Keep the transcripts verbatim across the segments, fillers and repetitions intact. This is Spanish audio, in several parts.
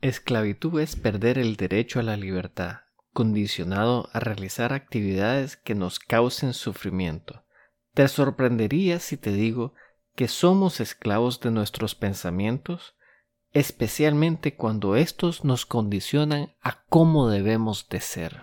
Esclavitud es perder el derecho a la libertad, condicionado a realizar actividades que nos causen sufrimiento. ¿Te sorprendería si te digo que somos esclavos de nuestros pensamientos? Especialmente cuando estos nos condicionan a cómo debemos de ser.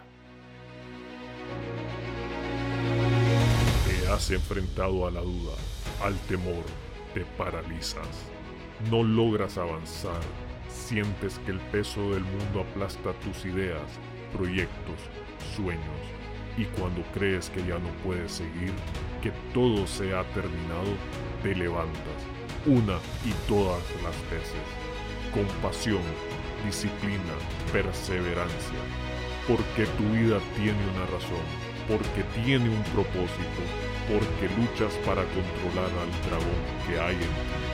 Te has enfrentado a la duda, al temor, te paralizas. No logras avanzar, sientes que el peso del mundo aplasta tus ideas, proyectos, sueños. Y cuando crees que ya no puedes seguir, que todo se ha terminado, te levantas, una y todas las veces. Con pasión, disciplina, perseverancia. Porque tu vida tiene una razón, porque tiene un propósito, porque luchas para controlar al dragón que hay en ti.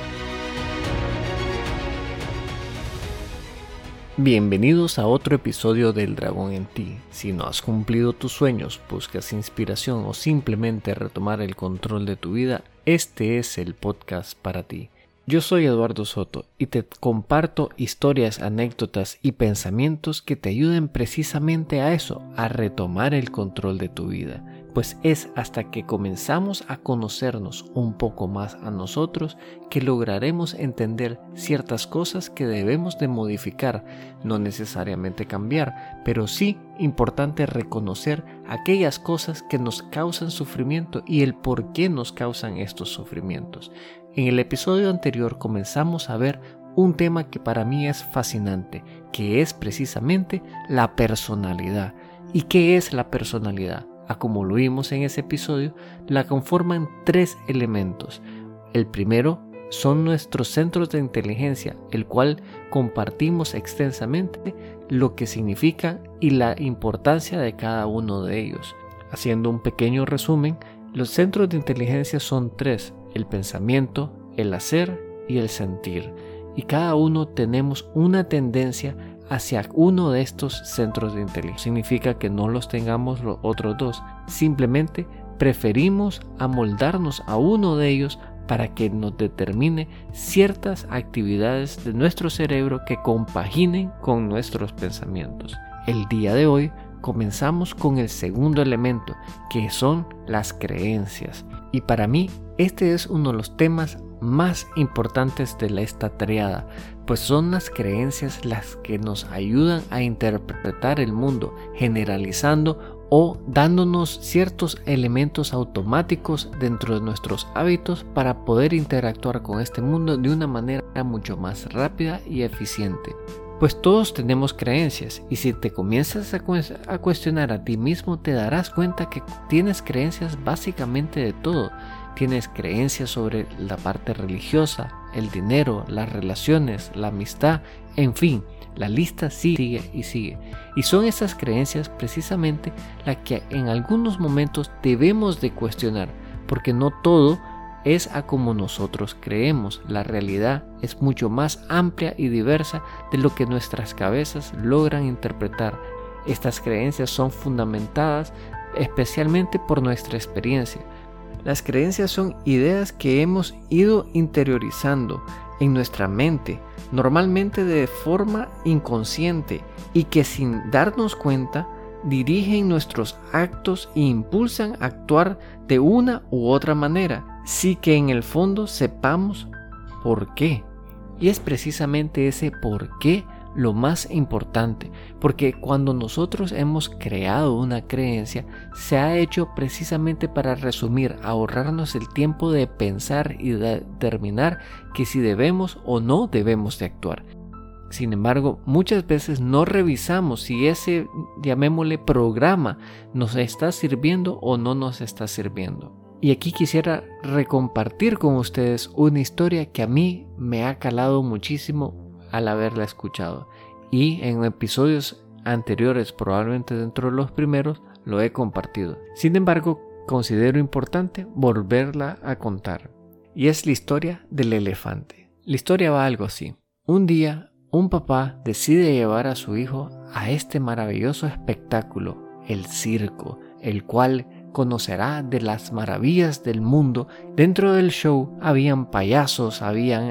Bienvenidos a otro episodio del Dragón en ti. Si no has cumplido tus sueños, buscas inspiración o simplemente retomar el control de tu vida, este es el podcast para ti. Yo soy Eduardo Soto y te comparto historias, anécdotas y pensamientos que te ayuden precisamente a eso, a retomar el control de tu vida. Pues es hasta que comenzamos a conocernos un poco más a nosotros que lograremos entender ciertas cosas que debemos de modificar, no necesariamente cambiar, pero sí importante reconocer aquellas cosas que nos causan sufrimiento y el por qué nos causan estos sufrimientos. En el episodio anterior comenzamos a ver un tema que para mí es fascinante, que es precisamente la personalidad. ¿Y qué es la personalidad? A como lo vimos en ese episodio, la conforman tres elementos. El primero son nuestros centros de inteligencia, el cual compartimos extensamente lo que significa y la importancia de cada uno de ellos. Haciendo un pequeño resumen, los centros de inteligencia son tres: el pensamiento, el hacer y el sentir. Y cada uno tenemos una tendencia hacia uno de estos centros de inteligencia. Significa que no los tengamos los otros dos. Simplemente preferimos amoldarnos a uno de ellos para que nos determine ciertas actividades de nuestro cerebro que compaginen con nuestros pensamientos. El día de hoy comenzamos con el segundo elemento, que son las creencias. Y para mí este es uno de los temas más importantes de esta triada, pues son las creencias las que nos ayudan a interpretar el mundo, generalizando o dándonos ciertos elementos automáticos dentro de nuestros hábitos para poder interactuar con este mundo de una manera mucho más rápida y eficiente. Pues todos tenemos creencias, y si te comienzas a, cu- a cuestionar a ti mismo, te darás cuenta que tienes creencias básicamente de todo. Tienes creencias sobre la parte religiosa, el dinero, las relaciones, la amistad, en fin, la lista sigue y sigue. Y son esas creencias precisamente las que en algunos momentos debemos de cuestionar, porque no todo es a como nosotros creemos. La realidad es mucho más amplia y diversa de lo que nuestras cabezas logran interpretar. Estas creencias son fundamentadas especialmente por nuestra experiencia. Las creencias son ideas que hemos ido interiorizando en nuestra mente, normalmente de forma inconsciente, y que sin darnos cuenta dirigen nuestros actos e impulsan a actuar de una u otra manera, sí que en el fondo sepamos por qué. Y es precisamente ese por qué lo más importante, porque cuando nosotros hemos creado una creencia, se ha hecho precisamente para resumir, ahorrarnos el tiempo de pensar y determinar que si debemos o no debemos de actuar. Sin embargo, muchas veces no revisamos si ese, llamémosle, programa nos está sirviendo o no nos está sirviendo. Y aquí quisiera recompartir con ustedes una historia que a mí me ha calado muchísimo al haberla escuchado, y en episodios anteriores, probablemente dentro de los primeros, lo he compartido. Sin embargo, considero importante volverla a contar, y es la historia del elefante. La historia va algo así. Un día, un papá decide llevar a su hijo a este maravilloso espectáculo, el circo, el cual conocerá de las maravillas del mundo. Dentro del show habían payasos, habían eh,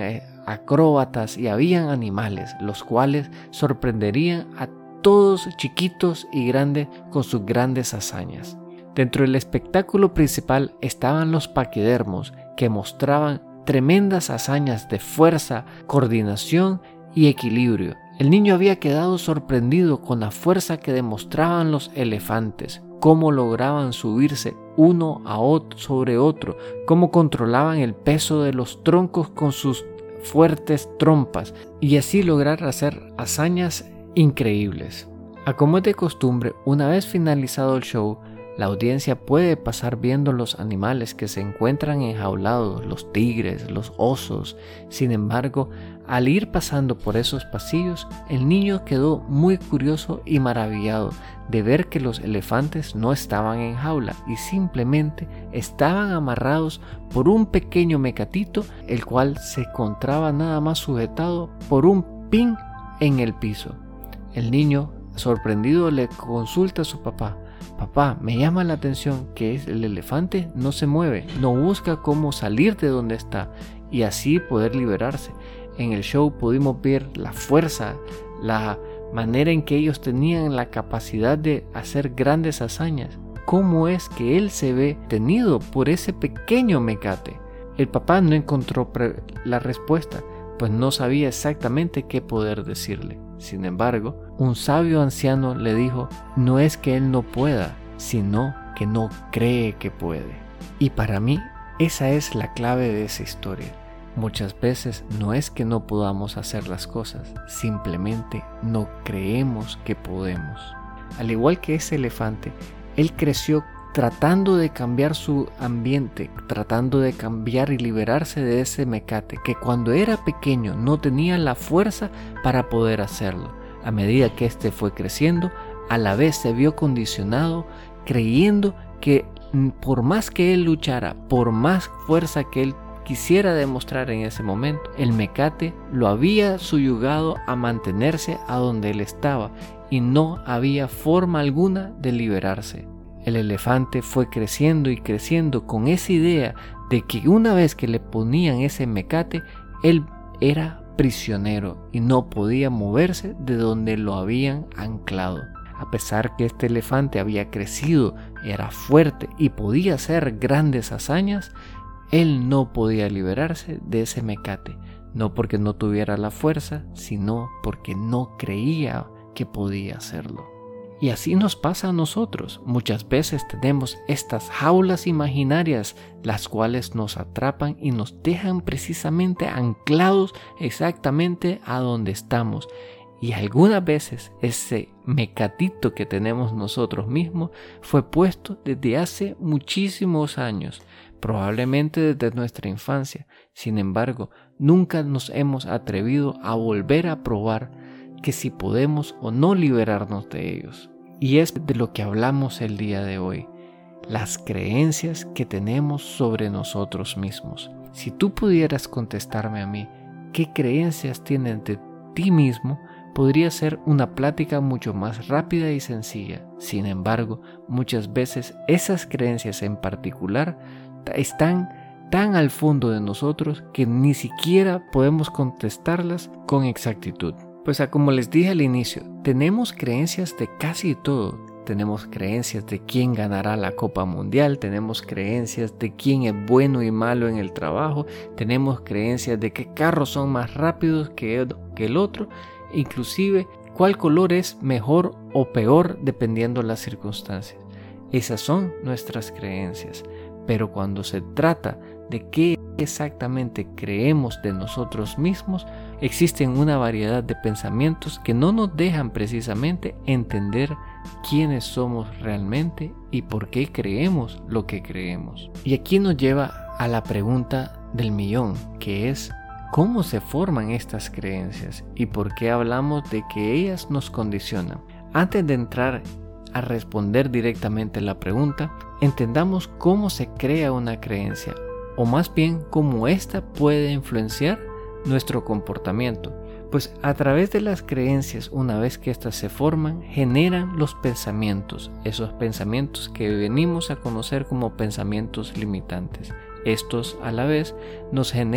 acróbatas y habían animales, los cuales sorprenderían a todos, chiquitos y grandes, con sus grandes hazañas. Dentro del espectáculo principal estaban los paquidermos, que mostraban tremendas hazañas de fuerza, coordinación y equilibrio. El niño había quedado sorprendido con la fuerza que demostraban los elefantes, cómo lograban subirse uno a otro sobre otro, cómo controlaban el peso de los troncos con sus fuertes trompas y así lograr hacer hazañas increíbles. A como es de costumbre, una vez finalizado el show, la audiencia puede pasar viendo los animales que se encuentran enjaulados, los tigres, los osos. Sin embargo, al ir pasando por esos pasillos, el niño quedó muy curioso y maravillado de ver que los elefantes no estaban en jaula y simplemente estaban amarrados por un pequeño mecatito, el cual se encontraba nada más sujetado por un pin en el piso. El niño, sorprendido, le consulta a su papá: papá, me llama la atención que el elefante no se mueve, no busca cómo salir de donde está y así poder liberarse. En el show pudimos ver la fuerza, la manera en que ellos tenían la capacidad de hacer grandes hazañas. ¿Cómo es que él se ve tenido por ese pequeño mecate? El papá no encontró la respuesta, pues no sabía exactamente qué poder decirle. Sin embargo, un sabio anciano le dijo: no es que él no pueda, sino que no cree que puede. Y para mí, esa es la clave de esa historia. Muchas veces no es que no podamos hacer las cosas, simplemente no creemos que podemos. Al igual que ese elefante, él creció tratando de cambiar su ambiente, tratando de cambiar y liberarse de ese mecate que cuando era pequeño no tenía la fuerza para poder hacerlo. A medida que éste fue creciendo, a la vez se vio condicionado, creyendo que por más que él luchara, por más fuerza que él quisiera demostrar en ese momento, el mecate lo había subyugado a mantenerse a donde él estaba y no había forma alguna de liberarse. El elefante fue creciendo y creciendo con esa idea de que una vez que le ponían ese mecate, él era prisionero y no podía moverse de donde lo habían anclado. A pesar que este elefante había crecido, era fuerte y podía hacer grandes hazañas, él no podía liberarse de ese mecate, no porque no tuviera la fuerza, sino porque no creía que podía hacerlo. Y así nos pasa a nosotros. Muchas veces tenemos estas jaulas imaginarias, las cuales nos atrapan y nos dejan precisamente anclados exactamente a donde estamos. Y algunas veces ese mecatito que tenemos nosotros mismos fue puesto desde hace muchísimos años, probablemente desde nuestra infancia. Sin embargo, nunca nos hemos atrevido a volver a probar que si podemos o no liberarnos de ellos. Y es de lo que hablamos el día de hoy, las creencias que tenemos sobre nosotros mismos. Si tú pudieras contestarme a mí, ¿qué creencias tienes de ti mismo? Podría ser una plática mucho más rápida y sencilla. Sin embargo, muchas veces esas creencias en particular están tan al fondo de nosotros que ni siquiera podemos contestarlas con exactitud. Pues como les dije al inicio, tenemos creencias de casi todo. Tenemos creencias de quién ganará la Copa Mundial, tenemos creencias de quién es bueno y malo en el trabajo, tenemos creencias de qué carros son más rápidos que el otro, inclusive cuál color es mejor o peor dependiendo de las circunstancias. Esas son nuestras creencias, pero cuando se trata de qué exactamente creemos de nosotros mismos, existen una variedad de pensamientos que no nos dejan precisamente entender quiénes somos realmente y por qué creemos lo que creemos. Y aquí nos lleva a la pregunta del millón, que es: ¿cómo se forman estas creencias y por qué hablamos de que ellas nos condicionan? Antes de entrar a responder directamente la pregunta, entendamos cómo se crea una creencia, o más bien cómo ésta puede influenciar nuestro comportamiento. Pues a través de las creencias, una vez que éstas se forman, generan los pensamientos, esos pensamientos que venimos a conocer como pensamientos limitantes. Estos a la vez nos generan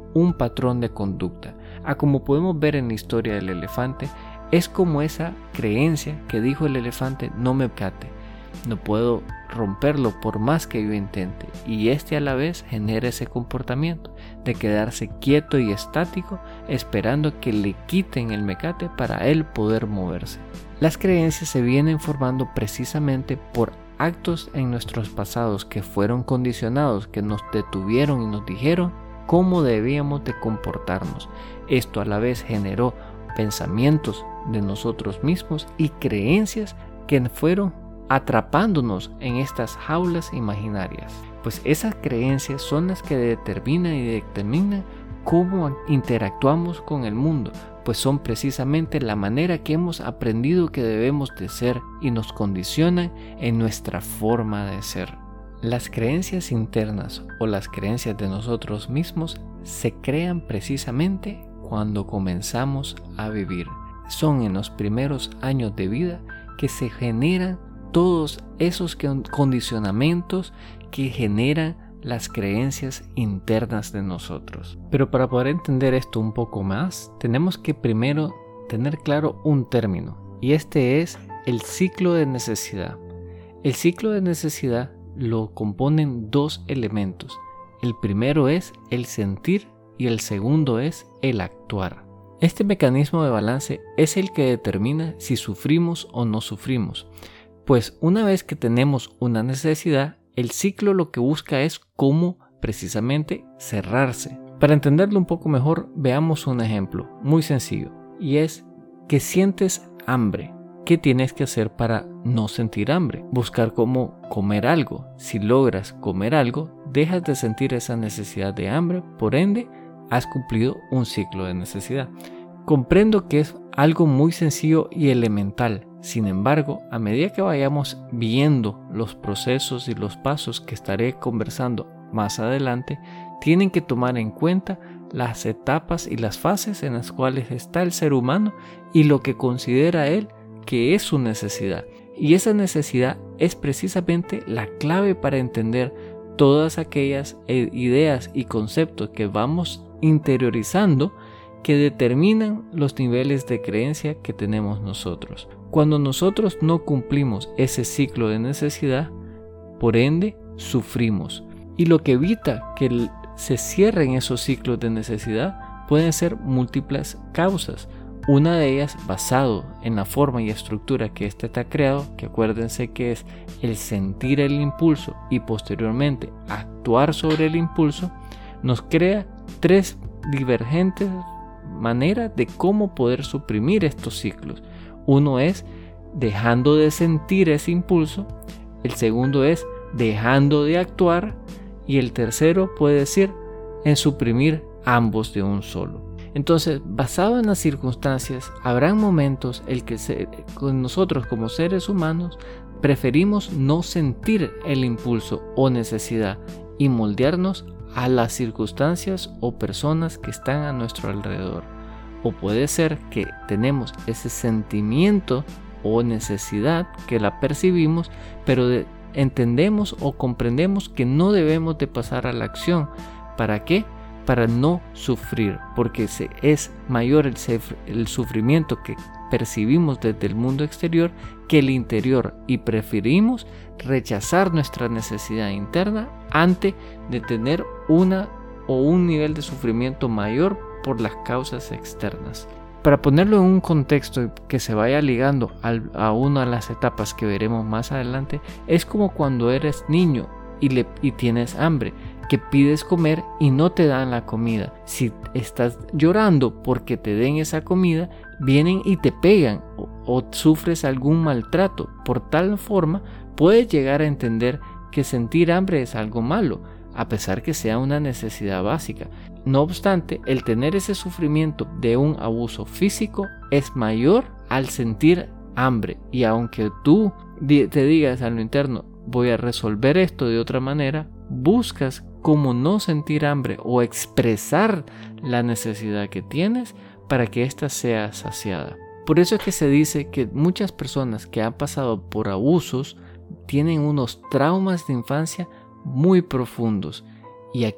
un patrón de conducta. A como podemos ver en la historia del elefante, es como esa creencia que dijo el elefante: no me cate, no puedo romperlo por más que yo intente, y este a la vez genera ese comportamiento de quedarse quieto y estático esperando que le quiten el mecate para él poder moverse. Las creencias se vienen formando precisamente por actos en nuestros pasados que fueron condicionados, que nos detuvieron y nos dijeron cómo debíamos de comportarnos. Esto a la vez generó pensamientos de nosotros mismos y creencias que fueron atrapándonos en estas jaulas imaginarias. Pues esas creencias son las que determinan y determinan cómo interactuamos con el mundo, pues son precisamente la manera que hemos aprendido que debemos de ser y nos condicionan en nuestra forma de ser. Las creencias internas o las creencias de nosotros mismos se crean precisamente cuando comenzamos a vivir. Son en los primeros años de vida que se generan todos esos condicionamientos que generan las creencias internas de nosotros. Pero para poder entender esto un poco más, tenemos que primero tener claro un término, y este es el ciclo de necesidad. El ciclo de necesidad lo componen dos elementos. El primero es el sentir y el segundo es el actuar. Este mecanismo de balance es el que determina si sufrimos o no sufrimos. Pues una vez que tenemos una necesidad, el ciclo lo que busca es cómo precisamente cerrarse. Para entenderlo un poco mejor, veamos un ejemplo muy sencillo, y es que sientes hambre. ¿Qué tienes que hacer para no sentir hambre? Buscar cómo comer algo. Si logras comer algo, dejas de sentir esa necesidad de hambre, por ende, has cumplido un ciclo de necesidad. Comprendo que es algo muy sencillo y elemental. Sin embargo, a medida que vayamos viendo los procesos y los pasos que estaré conversando más adelante, tienen que tomar en cuenta las etapas y las fases en las cuales está el ser humano y lo que considera él que es su necesidad. Y esa necesidad es precisamente la clave para entender todas aquellas ideas y conceptos que vamos interiorizando que determinan los niveles de creencia que tenemos nosotros. Cuando nosotros no cumplimos ese ciclo de necesidad, por ende, sufrimos. Y lo que evita que se cierren esos ciclos de necesidad pueden ser múltiples causas. Una de ellas, basado en la forma y estructura que éste está creado, que acuérdense que es el sentir el impulso y posteriormente actuar sobre el impulso, nos crea tres divergentes maneras de cómo poder suprimir estos ciclos. Uno es dejando de sentir ese impulso, el segundo es dejando de actuar y el tercero puede ser en suprimir ambos de un solo. Entonces, basado en las circunstancias, habrán momentos en que se, nosotros como seres humanos preferimos no sentir el impulso o necesidad y moldearnos a las circunstancias o personas que están a nuestro alrededor. O puede ser que tenemos ese sentimiento o necesidad que la percibimos, pero de, entendemos o comprendemos que no debemos de pasar a la acción. ¿Para qué? Para no sufrir, porque se, es mayor el, el sufrimiento que percibimos desde el mundo exterior que el interior, y preferimos rechazar nuestra necesidad interna antes de tener una o un nivel de sufrimiento mayor por las causas externas. Para ponerlo en un contexto que se vaya ligando al, a una de las etapas que veremos más adelante, es como cuando eres niño y, le, y tienes hambre, que pides comer y no te dan la comida. Si estás llorando porque te den esa comida, vienen y te pegan o, o sufres algún maltrato. Por tal forma, puedes llegar a entender que sentir hambre es algo malo, a pesar que sea una necesidad básica. No obstante, el tener ese sufrimiento de un abuso físico es mayor al sentir hambre, y aunque tú te digas a lo interno, voy a resolver esto de otra manera, buscas cómo no sentir hambre o expresar la necesidad que tienes para que ésta sea saciada. Por eso es que se dice que muchas personas que han pasado por abusos tienen unos traumas de infancia muy profundos, y aquí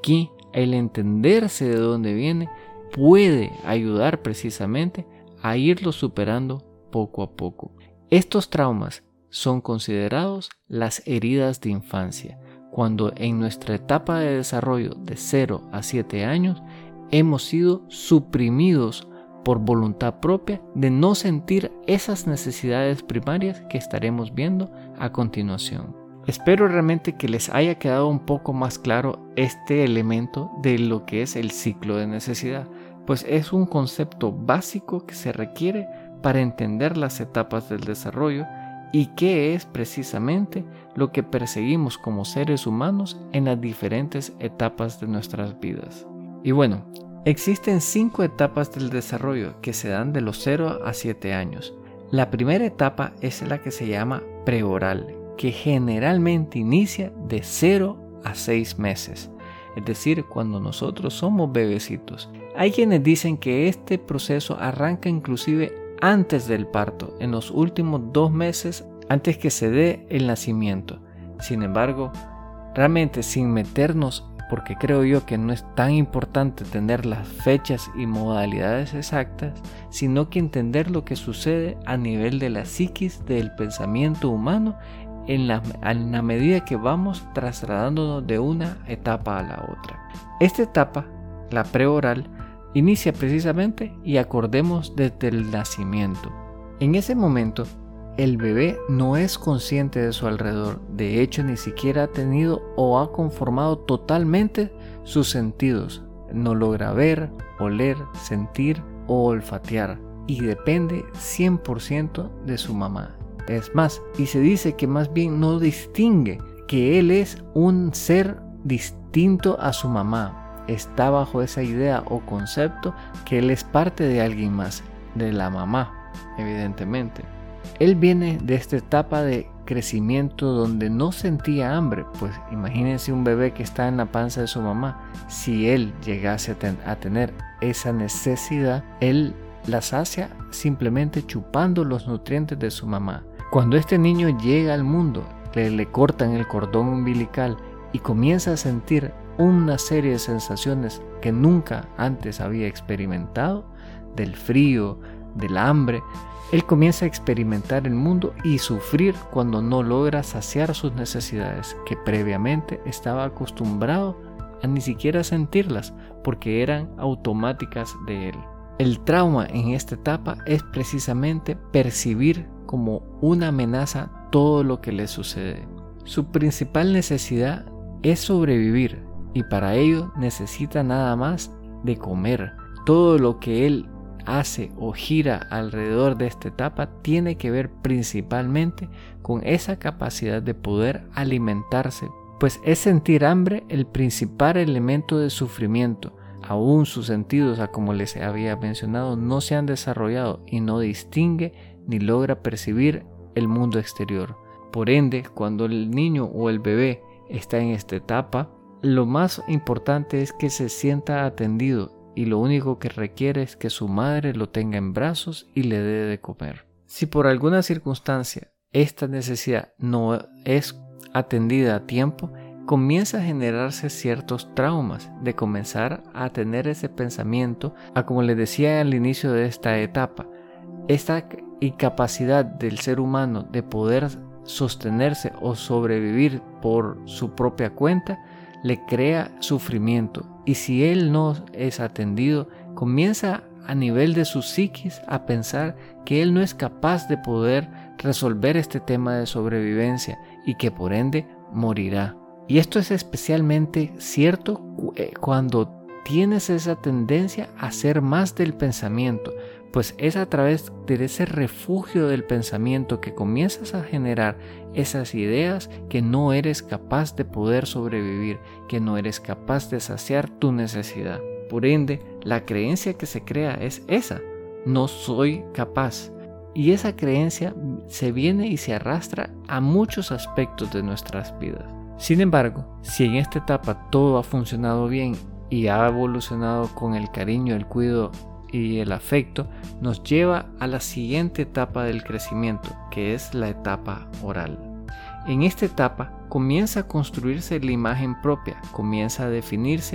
el entenderse de dónde viene puede ayudar precisamente a irlo superando poco a poco. Estos traumas son considerados las heridas de infancia, cuando en nuestra etapa de desarrollo de cero a siete años hemos sido suprimidos por voluntad propia de no sentir esas necesidades primarias que estaremos viendo a continuación. Espero realmente que les haya quedado un poco más claro este elemento de lo que es el ciclo de necesidad, pues es un concepto básico que se requiere para entender las etapas del desarrollo y qué es precisamente lo que perseguimos como seres humanos en las diferentes etapas de nuestras vidas. Y bueno, existen cinco etapas del desarrollo que se dan de los cero a siete años. La primera etapa es la que se llama preoral, que generalmente inicia de cero a seis meses, es decir, cuando nosotros somos bebecitos. Hay quienes dicen que este proceso arranca inclusive antes del parto, en los últimos dos meses antes que se dé el nacimiento. Sin embargo, realmente sin meternos, porque creo yo que no es tan importante tener las fechas y modalidades exactas, sino que entender lo que sucede a nivel de la psiquis del pensamiento humano en la, en la medida que vamos trasladándonos de una etapa a la otra. Esta etapa, la preoral, inicia precisamente y acordemos desde el nacimiento. En ese momento, el bebé no es consciente de su alrededor, de hecho ni siquiera ha tenido o ha conformado totalmente sus sentidos. No logra ver, oler, sentir o olfatear y depende cien por ciento de su mamá. Es más, y se dice que más bien no distingue que él es un ser distinto a su mamá. Está bajo esa idea o concepto que él es parte de alguien más, de la mamá, evidentemente. Él viene de esta etapa de crecimiento donde no sentía hambre, pues imagínense un bebé que está en la panza de su mamá. Si él llegase a, ten- a tener esa necesidad, él la sacia simplemente chupando los nutrientes de su mamá. Cuando este niño llega al mundo, le, le cortan el cordón umbilical y comienza a sentir una serie de sensaciones que nunca antes había experimentado, del frío, del hambre. Él comienza a experimentar el mundo y sufrir cuando no logra saciar sus necesidades, que previamente estaba acostumbrado a ni siquiera sentirlas, porque eran automáticas de él. El trauma en esta etapa es precisamente percibir como una amenaza todo lo que le sucede. Su principal necesidad es sobrevivir, y para ello necesita nada más de comer. Todo lo que él hace o gira alrededor de esta etapa tiene que ver principalmente con esa capacidad de poder alimentarse, pues es sentir hambre el principal elemento de sufrimiento. Aún sus sentidos, como les había mencionado, no se han desarrollado y no distingue ni logra percibir el mundo exterior. Por ende, cuando el niño o el bebé está en esta etapa, lo más importante es que se sienta atendido y lo único que requiere es que su madre lo tenga en brazos y le dé de comer. Si por alguna circunstancia esta necesidad no es atendida a tiempo, comienza a generarse ciertos traumas de comenzar a tener ese pensamiento, a como les decía al inicio de esta etapa, esta incapacidad del ser humano de poder sostenerse o sobrevivir por su propia cuenta, le crea sufrimiento, y si él no es atendido, comienza a nivel de su psiquis a pensar que él no es capaz de poder resolver este tema de sobrevivencia y que por ende morirá. Y esto es especialmente cierto cuando tienes esa tendencia a hacer más del pensamiento, pues es a través de ese refugio del pensamiento que comienzas a generar esas ideas que no eres capaz de poder sobrevivir, que no eres capaz de saciar tu necesidad. Por ende, la creencia que se crea es esa: no soy capaz. Y esa creencia se viene y se arrastra a muchos aspectos de nuestras vidas. Sin embargo, si en esta etapa todo ha funcionado bien y ha evolucionado con el cariño, el cuidado y el afecto, nos lleva a la siguiente etapa del crecimiento, que es la etapa oral. En esta etapa comienza a construirse la imagen propia, comienza a definirse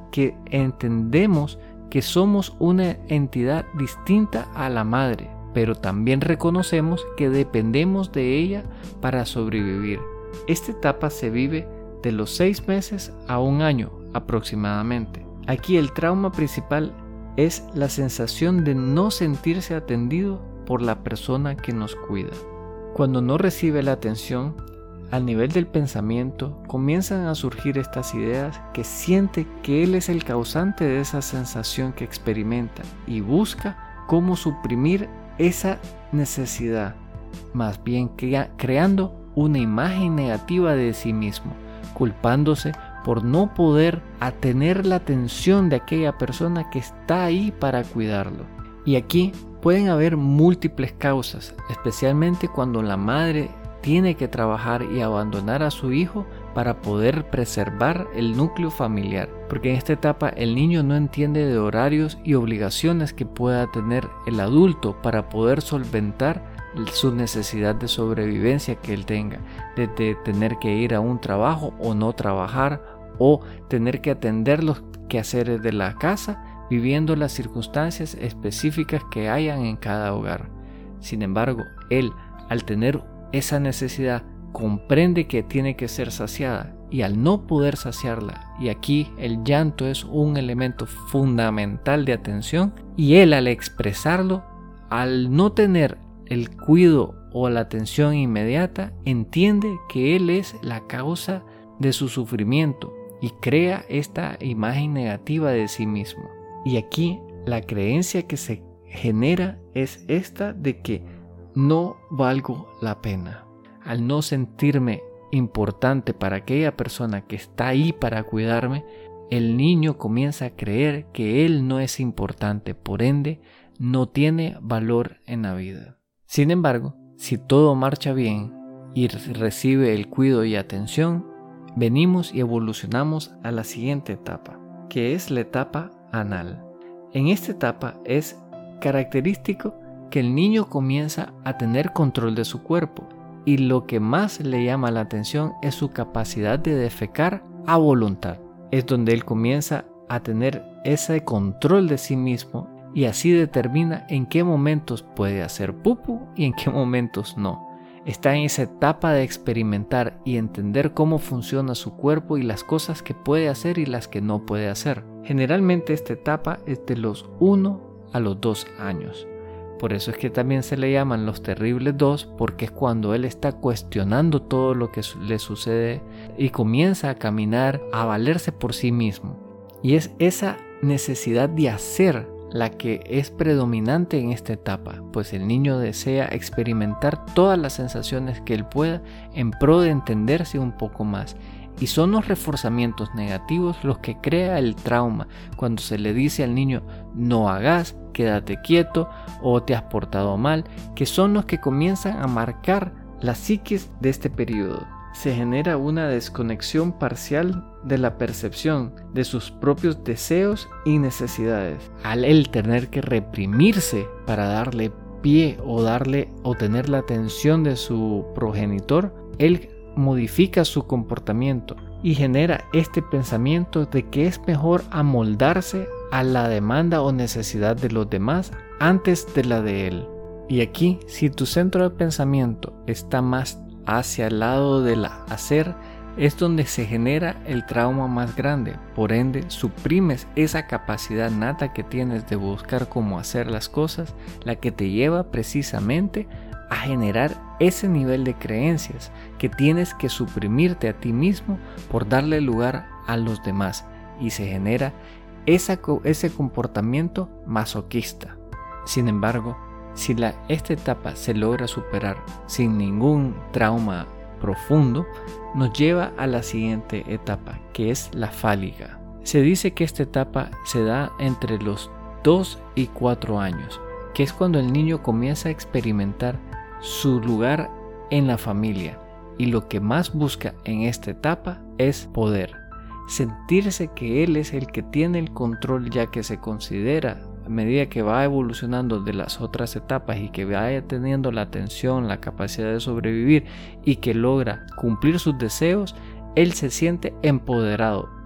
que entendemos que somos una entidad distinta a la madre, pero también reconocemos que dependemos de ella para sobrevivir. Esta etapa se vive de los seis meses a un año aproximadamente. Aquí el trauma principal es la sensación de no sentirse atendido por la persona que nos cuida. Cuando no recibe la atención, al nivel del pensamiento comienzan a surgir estas ideas que siente que él es el causante de esa sensación que experimenta y busca cómo suprimir esa necesidad, más bien crea- creando una imagen negativa de sí mismo, culpándose por no poder atener la atención de aquella persona que está ahí para cuidarlo. Y aquí pueden haber múltiples causas, especialmente cuando la madre tiene que trabajar y abandonar a su hijo para poder preservar el núcleo familiar, porque en esta etapa el niño no entiende de horarios y obligaciones que pueda tener el adulto para poder solventar su necesidad de sobrevivencia que él tenga, desde tener que ir a un trabajo o no trabajar, o tener que atender los quehaceres de la casa, viviendo las circunstancias específicas que hayan en cada hogar. Sin embargo, él, al tener esa necesidad, comprende que tiene que ser saciada, y al no poder saciarla, y aquí el llanto es un elemento fundamental de atención, y él, al expresarlo, al no tener el cuidado o la atención inmediata, entiende que él es la causa de su sufrimiento y crea esta imagen negativa de sí mismo. Y aquí la creencia que se genera es esta de que no valgo la pena. Al no sentirme importante para aquella persona que está ahí para cuidarme, el niño comienza a creer que él no es importante, por ende no tiene valor en la vida. Sin embargo, si todo marcha bien y recibe el cuidado y atención, venimos y evolucionamos a la siguiente etapa, que es la etapa anal. En esta etapa es característico que el niño comienza a tener control de su cuerpo, y lo que más le llama la atención es su capacidad de defecar a voluntad. Es donde él comienza a tener ese control de sí mismo, y así determina en qué momentos puede hacer pupu y en qué momentos no. Está en esa etapa de experimentar y entender cómo funciona su cuerpo y las cosas que puede hacer y las que no puede hacer. Generalmente esta etapa es de los uno a los dos años. Por eso es que también se le llaman los terribles dos, porque es cuando él está cuestionando todo lo que le sucede y comienza a caminar, a valerse por sí mismo. Y es esa necesidad de hacer la que es predominante en esta etapa, pues el niño desea experimentar todas las sensaciones que él pueda en pro de entenderse un poco más. Y son los reforzamientos negativos los que crea el trauma, cuando se le dice al niño no hagas, quédate quieto o te has portado mal, que son los que comienzan a marcar la psiquis de este periodo. Se genera una desconexión parcial de la percepción de sus propios deseos y necesidades. Al él tener que reprimirse para darle pie o darle o tener la atención de su progenitor, él modifica su comportamiento y genera este pensamiento de que es mejor amoldarse a la demanda o necesidad de los demás antes de la de él. Y aquí, si tu centro de pensamiento está más hacia el lado del hacer, es donde se genera el trauma más grande. Por ende, suprimes esa capacidad nata que tienes de buscar cómo hacer las cosas, la que te lleva precisamente a generar ese nivel de creencias que tienes que suprimirte a ti mismo por darle lugar a los demás, y se genera esa, ese comportamiento masoquista. Sin embargo, si la, esta etapa se logra superar sin ningún trauma profundo, nos lleva a la siguiente etapa, que es la fálica. Se dice que esta etapa se da entre los dos y cuatro años, que es cuando el niño comienza a experimentar su lugar en la familia, y lo que más busca en esta etapa es poder, sentirse que él es el que tiene el control, ya que se considera a medida que va evolucionando de las otras etapas y que vaya teniendo la atención, la capacidad de sobrevivir y que logra cumplir sus deseos, él se siente empoderado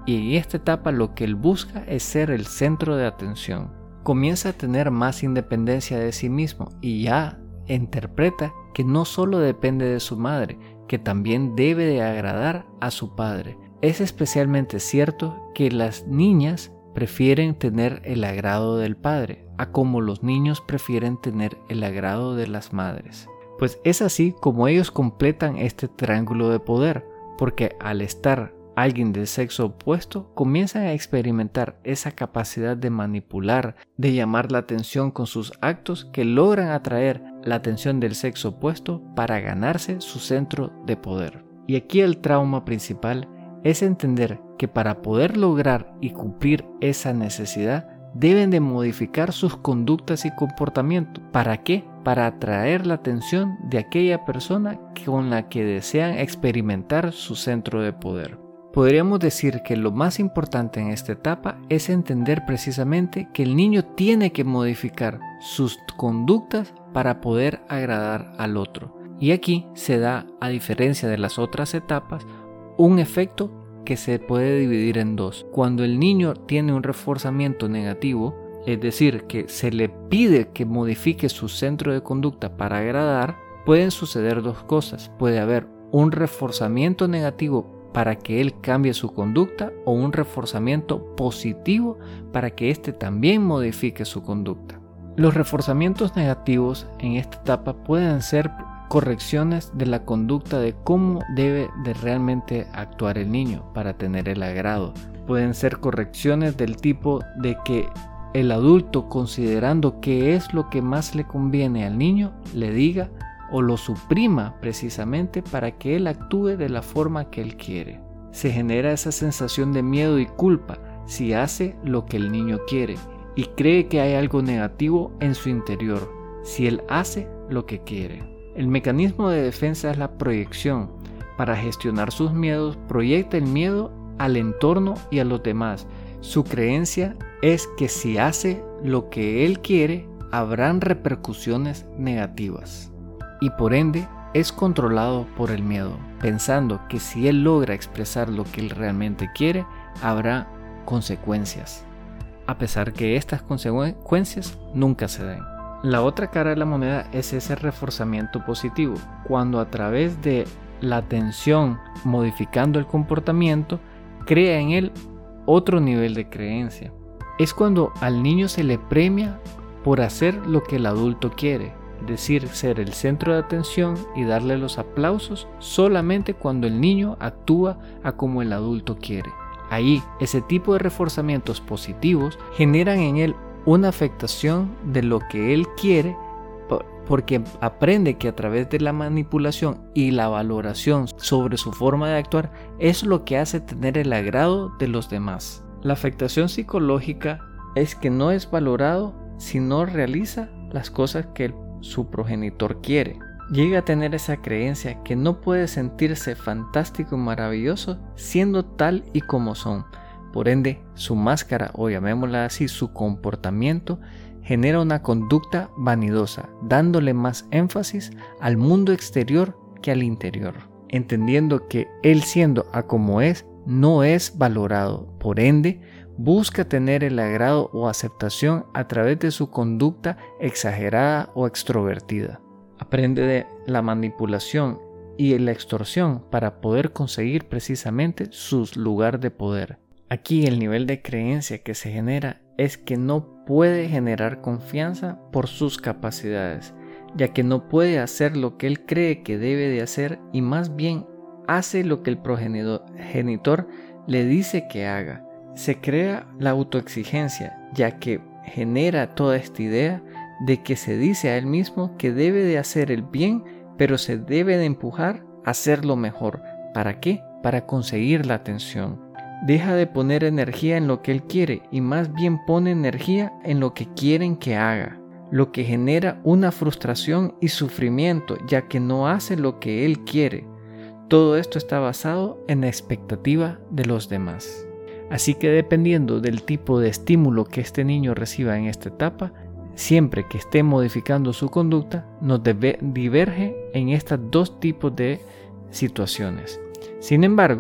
y en esta etapa lo que él busca es ser el centro de atención. Comienza a tener más independencia de sí mismo y ya interpreta que no solo depende de su madre, que también debe de agradar a su padre. Es especialmente cierto que las niñas prefieren tener el agrado del padre, a como los niños prefieren tener el agrado de las madres. Pues es así como ellos completan este triángulo de poder, porque al estar alguien del sexo opuesto, comienzan a experimentar esa capacidad de manipular, de llamar la atención con sus actos que logran atraer la atención del sexo opuesto para ganarse su centro de poder. Y aquí el trauma principal es entender que para poder lograr y cumplir esa necesidad, deben de modificar sus conductas y comportamientos. ¿Para qué? Para atraer la atención de aquella persona con la que desean experimentar su centro de poder. Podríamos decir que lo más importante en esta etapa es entender precisamente que el niño tiene que modificar sus conductas para poder agradar al otro. Y aquí se da, a diferencia de las otras etapas, un efecto que se puede dividir en dos. Cuando el niño tiene un reforzamiento negativo, es decir, que se le pide que modifique su centro de conducta para agradar, pueden suceder dos cosas. Puede haber un reforzamiento negativo para que él cambie su conducta o un reforzamiento positivo para que éste también modifique su conducta. Los reforzamientos negativos en esta etapa pueden ser correcciones de la conducta de cómo debe de realmente actuar el niño para tener el agrado. Pueden ser correcciones del tipo de que el adulto, considerando qué es lo que más le conviene al niño, le diga o lo suprima precisamente para que él actúe de la forma que él quiere. Se genera esa sensación de miedo y culpa si hace lo que el niño quiere y cree que hay algo negativo en su interior si él hace lo que quiere. El mecanismo de defensa es la proyección. Para gestionar sus miedos, proyecta el miedo al entorno y a los demás. Su creencia es que si hace lo que él quiere, habrán repercusiones negativas. Y por ende es controlado por el miedo, pensando que si él logra expresar lo que él realmente quiere, habrá consecuencias, a pesar que estas consecuencias nunca se den. La otra cara de la moneda es ese reforzamiento positivo, cuando a través de la atención, modificando el comportamiento, crea en él otro nivel de creencia. Es cuando al niño se le premia por hacer lo que el adulto quiere, es decir, ser el centro de atención y darle los aplausos solamente cuando el niño actúa a como el adulto quiere. Ahí, ese tipo de reforzamientos positivos generan en él una afectación de lo que él quiere, porque aprende que a través de la manipulación y la valoración sobre su forma de actuar es lo que hace tener el agrado de los demás. La afectación psicológica es que no es valorado si no realiza las cosas que el su progenitor quiere. Llega a tener esa creencia que no puede sentirse fantástico y maravilloso siendo tal y como son. Por ende, su máscara, o llamémosla así, su comportamiento, genera una conducta vanidosa, dándole más énfasis al mundo exterior que al interior, entendiendo que él siendo a como es, no es valorado. Por ende, busca tener el agrado o aceptación a través de su conducta exagerada o extrovertida. Aprende de la manipulación y la extorsión para poder conseguir precisamente su lugar de poder. Aquí el nivel de creencia que se genera es que no puede generar confianza por sus capacidades, ya que no puede hacer lo que él cree que debe de hacer y más bien hace lo que el progenitor le dice que haga. Se crea la autoexigencia, ya que genera toda esta idea de que se dice a él mismo que debe de hacer el bien, pero se debe de empujar a hacerlo mejor. ¿Para qué? Para conseguir la atención. Deja de poner energía en lo que él quiere y más bien pone energía en lo que quieren que haga, lo que genera una frustración y sufrimiento, ya que no hace lo que él quiere. Todo esto está basado en la expectativa de los demás. Así que dependiendo del tipo de estímulo que este niño reciba en esta etapa, siempre que esté modificando su conducta, nos debe, diverge en estos dos tipos de situaciones. Sin embargo,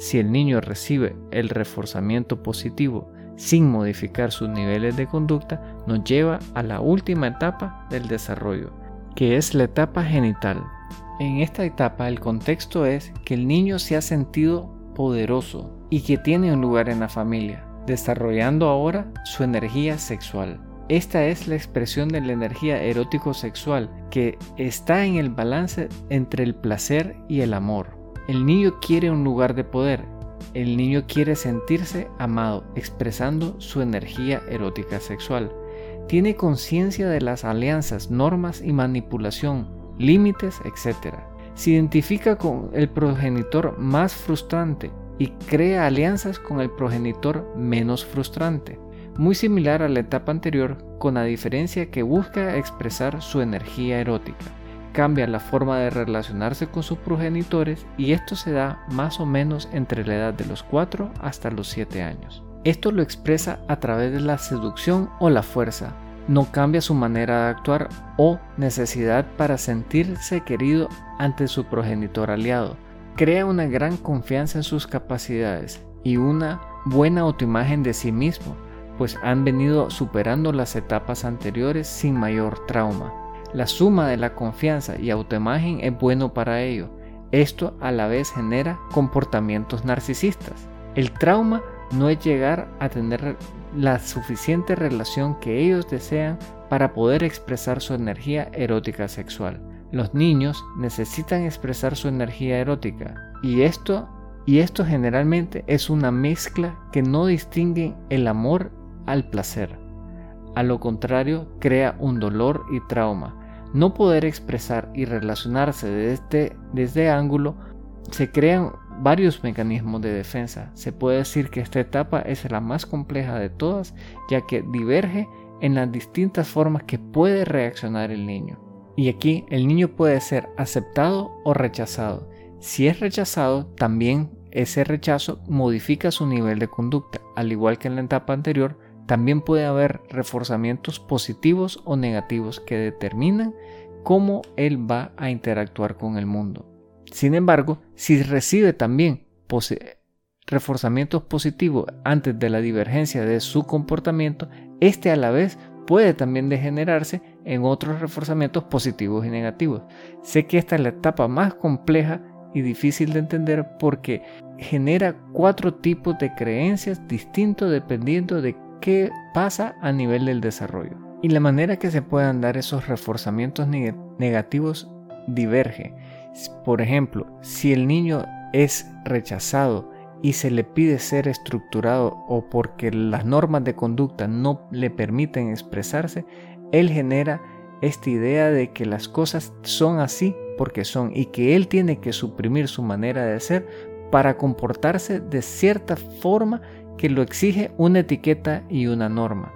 si el niño recibe el reforzamiento positivo sin modificar sus niveles de conducta, nos lleva a la última etapa del desarrollo, que es la etapa genital. En esta etapa el contexto es que el niño se ha sentido poderoso y que tiene un lugar en la familia, desarrollando ahora su energía sexual. Esta es la expresión de la energía erótico-sexual que está en el balance entre el placer y el amor. El niño quiere un lugar de poder. El niño quiere sentirse amado, expresando su energía erótica sexual. Tiene conciencia de las alianzas, normas y manipulación, límites, etcétera. Se identifica con el progenitor más frustrante y crea alianzas con el progenitor menos frustrante. Muy similar a la etapa anterior, con la diferencia que busca expresar su energía erótica. Cambia la forma de relacionarse con sus progenitores y esto se da más o menos entre la edad de los cuatro hasta los siete años. Esto lo expresa a través de la seducción o la fuerza. No cambia su manera de actuar o necesidad para sentirse querido ante su progenitor aliado. Crea una gran confianza en sus capacidades y una buena autoimagen de sí mismo, pues han venido superando las etapas anteriores sin mayor trauma. La suma de la confianza y autoimagen es bueno para ello. Esto a la vez genera comportamientos narcisistas. El trauma no es llegar a tener la suficiente relación que ellos desean para poder expresar su energía erótica sexual. Los niños necesitan expresar su energía erótica y esto, y esto generalmente es una mezcla que no distingue el amor al placer. A lo contrario, crea un dolor y trauma. No poder expresar y relacionarse desde este, desde ángulo, se crean varios mecanismos de defensa. Se puede decir que esta etapa es la más compleja de todas, ya que diverge en las distintas formas que puede reaccionar el niño. Y aquí el niño puede ser aceptado o rechazado. Si es rechazado, también ese rechazo modifica su nivel de conducta. Al igual que en la etapa anterior, también puede haber reforzamientos positivos o negativos que determinan cómo él va a interactuar con el mundo. Sin embargo, si recibe también posi- reforzamientos positivos antes de la divergencia de su comportamiento, este a la vez puede también degenerarse en otros reforzamientos positivos y negativos. Sé que esta es la etapa más compleja y difícil de entender porque genera cuatro tipos de creencias distintos dependiendo de qué pasa a nivel del desarrollo. Y la manera que se puedan dar esos reforzamientos neg- negativos diverge. Por ejemplo, si el niño es rechazado y se le pide ser estructurado o porque las normas de conducta no le permiten expresarse, él genera esta idea de que las cosas son así porque son y que él tiene que suprimir su manera de ser para comportarse de cierta forma que lo exige una etiqueta y una norma.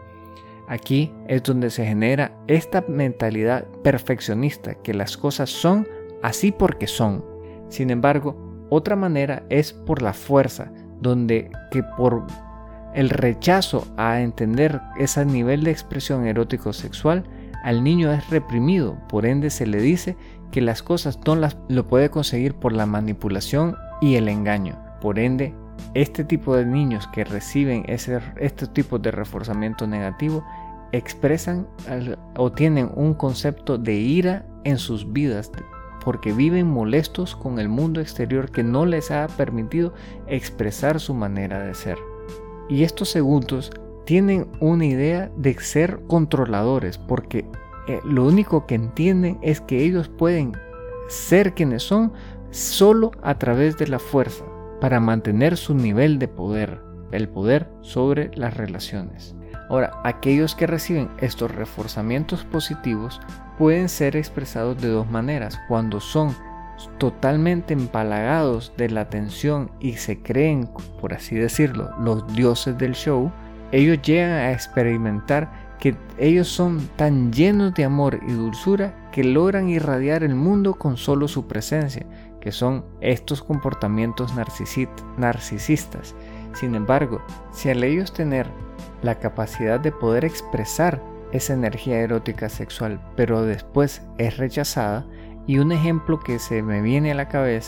Aquí es donde se genera esta mentalidad perfeccionista, que las cosas son así porque son. Sin embargo, otra manera es por la fuerza, donde que por el rechazo a entender ese nivel de expresión erótico-sexual, al niño es reprimido, por ende se le dice que las cosas no las lo puede conseguir por la manipulación y el engaño. Por ende, este tipo de niños que reciben ese, estos tipos de reforzamiento negativo expresan o tienen un concepto de ira en sus vidas porque viven molestos con el mundo exterior que no les ha permitido expresar su manera de ser. Y estos segundos tienen una idea de ser controladores porque eh, lo único que entienden es que ellos pueden ser quienes son solo a través de la fuerza para mantener su nivel de poder, el poder sobre las relaciones. Ahora, aquellos que reciben estos reforzamientos positivos pueden ser expresados de dos maneras. Cuando son totalmente empalagados de la atención y se creen, por así decirlo, los dioses del show, ellos llegan a experimentar que ellos son tan llenos de amor y dulzura que logran irradiar el mundo con solo su presencia, que son estos comportamientos narcisistas. Sin embargo, si al ellos tener la capacidad de poder expresar esa energía erótica sexual, pero después es rechazada, y un ejemplo que se me viene a la cabeza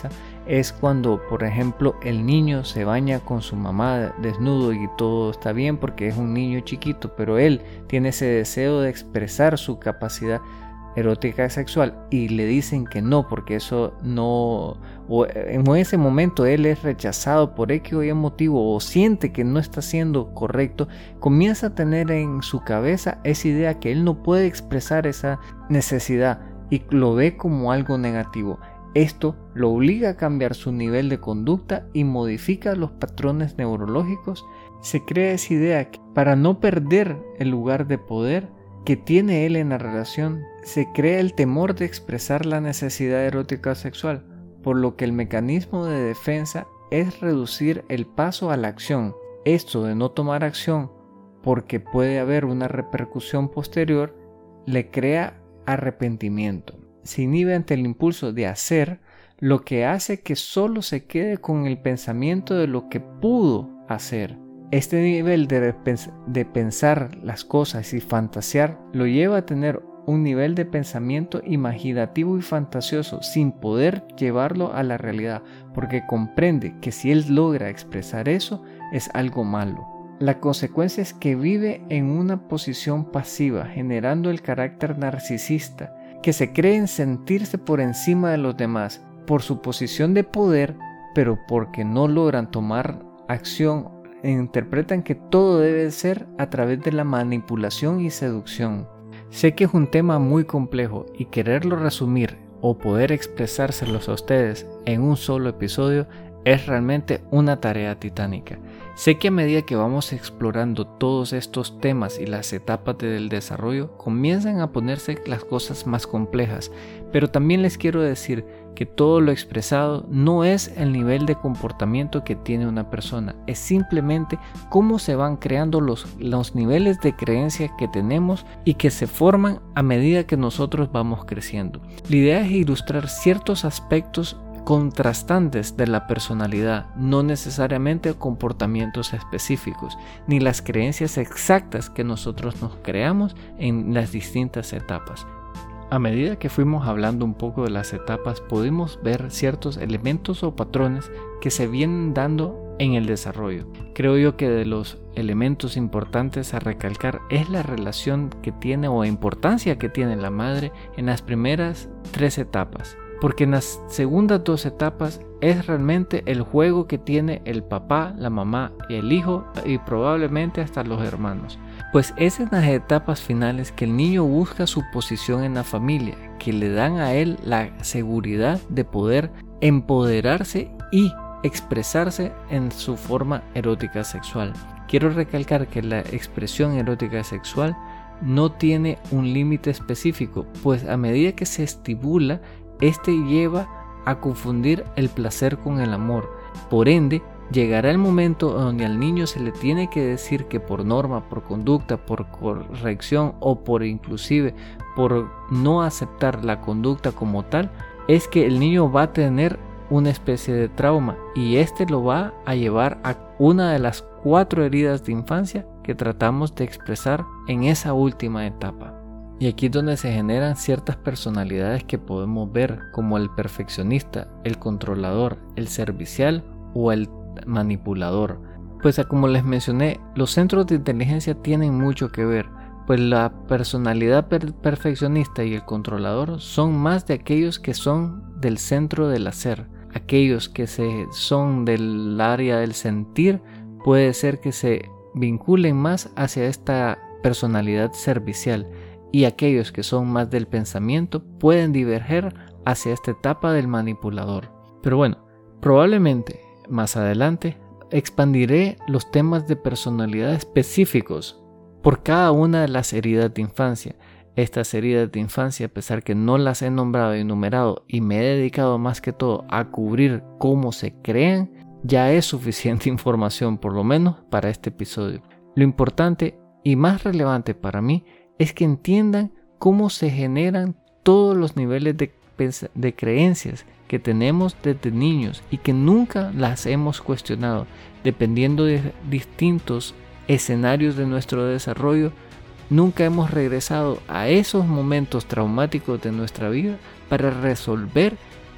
es cuando, por ejemplo, el niño se baña con su mamá desnudo y todo está bien porque es un niño chiquito, pero él tiene ese deseo de expresar su capacidad erótica sexual y le dicen que no, porque eso no, o en ese momento él es rechazado por X o Y motivo o siente que no está siendo correcto, comienza a tener en su cabeza esa idea que él no puede expresar esa necesidad y lo ve como algo negativo. Esto lo obliga a cambiar su nivel de conducta y modifica los patrones neurológicos. Se crea esa idea que para no perder el lugar de poder que tiene él en la relación, se crea el temor de expresar la necesidad erótica sexual, por lo que el mecanismo de defensa es reducir el paso a la acción. Esto de no tomar acción porque puede haber una repercusión posterior, le crea arrepentimiento. Se inhibe ante el impulso de hacer, lo que hace que solo se quede con el pensamiento de lo que pudo hacer. Este nivel de, pens- de pensar las cosas y fantasear lo lleva a tener un nivel de pensamiento imaginativo y fantasioso sin poder llevarlo a la realidad, porque comprende que si él logra expresar eso es algo malo. La consecuencia es que vive en una posición pasiva, generando el carácter narcisista, que se cree en sentirse por encima de los demás por su posición de poder, pero porque no logran tomar acción e interpretan que todo debe ser a través de la manipulación y seducción. Sé que es un tema muy complejo y quererlo resumir o poder expresárselos a ustedes en un solo episodio es realmente una tarea titánica. Sé que a medida que vamos explorando todos estos temas y las etapas del desarrollo, comienzan a ponerse las cosas más complejas, pero también les quiero decir que todo lo expresado no es el nivel de comportamiento que tiene una persona, es simplemente cómo se van creando los, los niveles de creencia que tenemos y que se forman a medida que nosotros vamos creciendo. La idea es ilustrar ciertos aspectos contrastantes de la personalidad, no necesariamente comportamientos específicos, ni las creencias exactas que nosotros nos creamos en las distintas etapas. A medida que fuimos hablando un poco de las etapas, pudimos ver ciertos elementos o patrones que se vienen dando en el desarrollo. Creo yo que de los elementos importantes a recalcar es la relación que tiene o importancia que tiene la madre en las primeras tres etapas. Porque en las segundas dos etapas es realmente el juego que tiene el papá, la mamá y el hijo y probablemente hasta los hermanos. Pues es en las etapas finales que el niño busca su posición en la familia, que le dan a él la seguridad de poder empoderarse y expresarse en su forma erótica sexual. Quiero recalcar que la expresión erótica sexual no tiene un límite específico, pues a medida que se estimula, este lleva a confundir el placer con el amor. Por ende, llegará el momento donde al niño se le tiene que decir que por norma, por conducta, por corrección o por inclusive por no aceptar la conducta como tal, es que el niño va a tener una especie de trauma y este lo va a llevar a una de las cuatro heridas de infancia que tratamos de expresar en esa última etapa. Y aquí es donde se generan ciertas personalidades que podemos ver como el perfeccionista, el controlador, el servicial o el manipulador. Pues como les mencioné, los centros de inteligencia tienen mucho que ver, pues la personalidad per- perfeccionista y el controlador son más de aquellos que son del centro del hacer. Aquellos que se son del área del sentir puede ser que se vinculen más hacia esta personalidad servicial. Y aquellos que son más del pensamiento pueden diverger hacia esta etapa del manipulador. Pero bueno, probablemente más adelante expandiré los temas de personalidad específicos por cada una de las heridas de infancia. Estas heridas de infancia, a pesar que no las he nombrado y enumerado y me he dedicado más que todo a cubrir cómo se crean, ya es suficiente información por lo menos para este episodio. Lo importante y más relevante para mí es que entiendan cómo se generan todos los niveles de, de creencias que tenemos desde niños y que nunca las hemos cuestionado. Dependiendo de distintos escenarios de nuestro desarrollo, nunca hemos regresado a esos momentos traumáticos de nuestra vida para resolver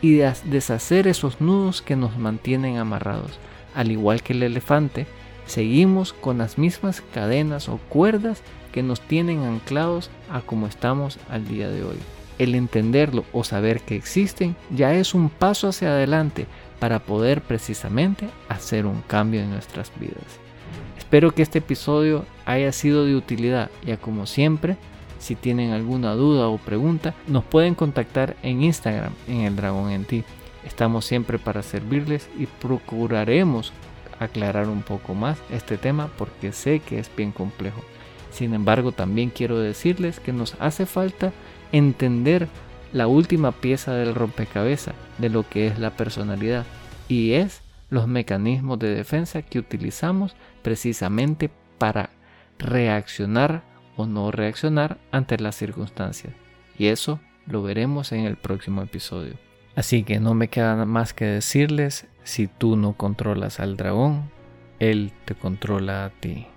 y deshacer esos nudos que nos mantienen amarrados. Al igual que el elefante, seguimos con las mismas cadenas o cuerdas que nos tienen anclados a como estamos al día de hoy. El entenderlo o saber que existen ya es un paso hacia adelante para poder precisamente hacer un cambio en nuestras vidas. Espero que este episodio haya sido de utilidad, y como siempre, si tienen alguna duda o pregunta, nos pueden contactar en Instagram en El Dragón en Ti. Estamos siempre para servirles y procuraremos aclarar un poco más este tema porque sé que es bien complejo. Sin embargo, también quiero decirles que nos hace falta entender la última pieza del rompecabezas de lo que es la personalidad, y es los mecanismos de defensa que utilizamos precisamente para reaccionar o no reaccionar ante las circunstancias. Y eso lo veremos en el próximo episodio. Así que no me queda más que decirles, si tú no controlas al dragón, él te controla a ti.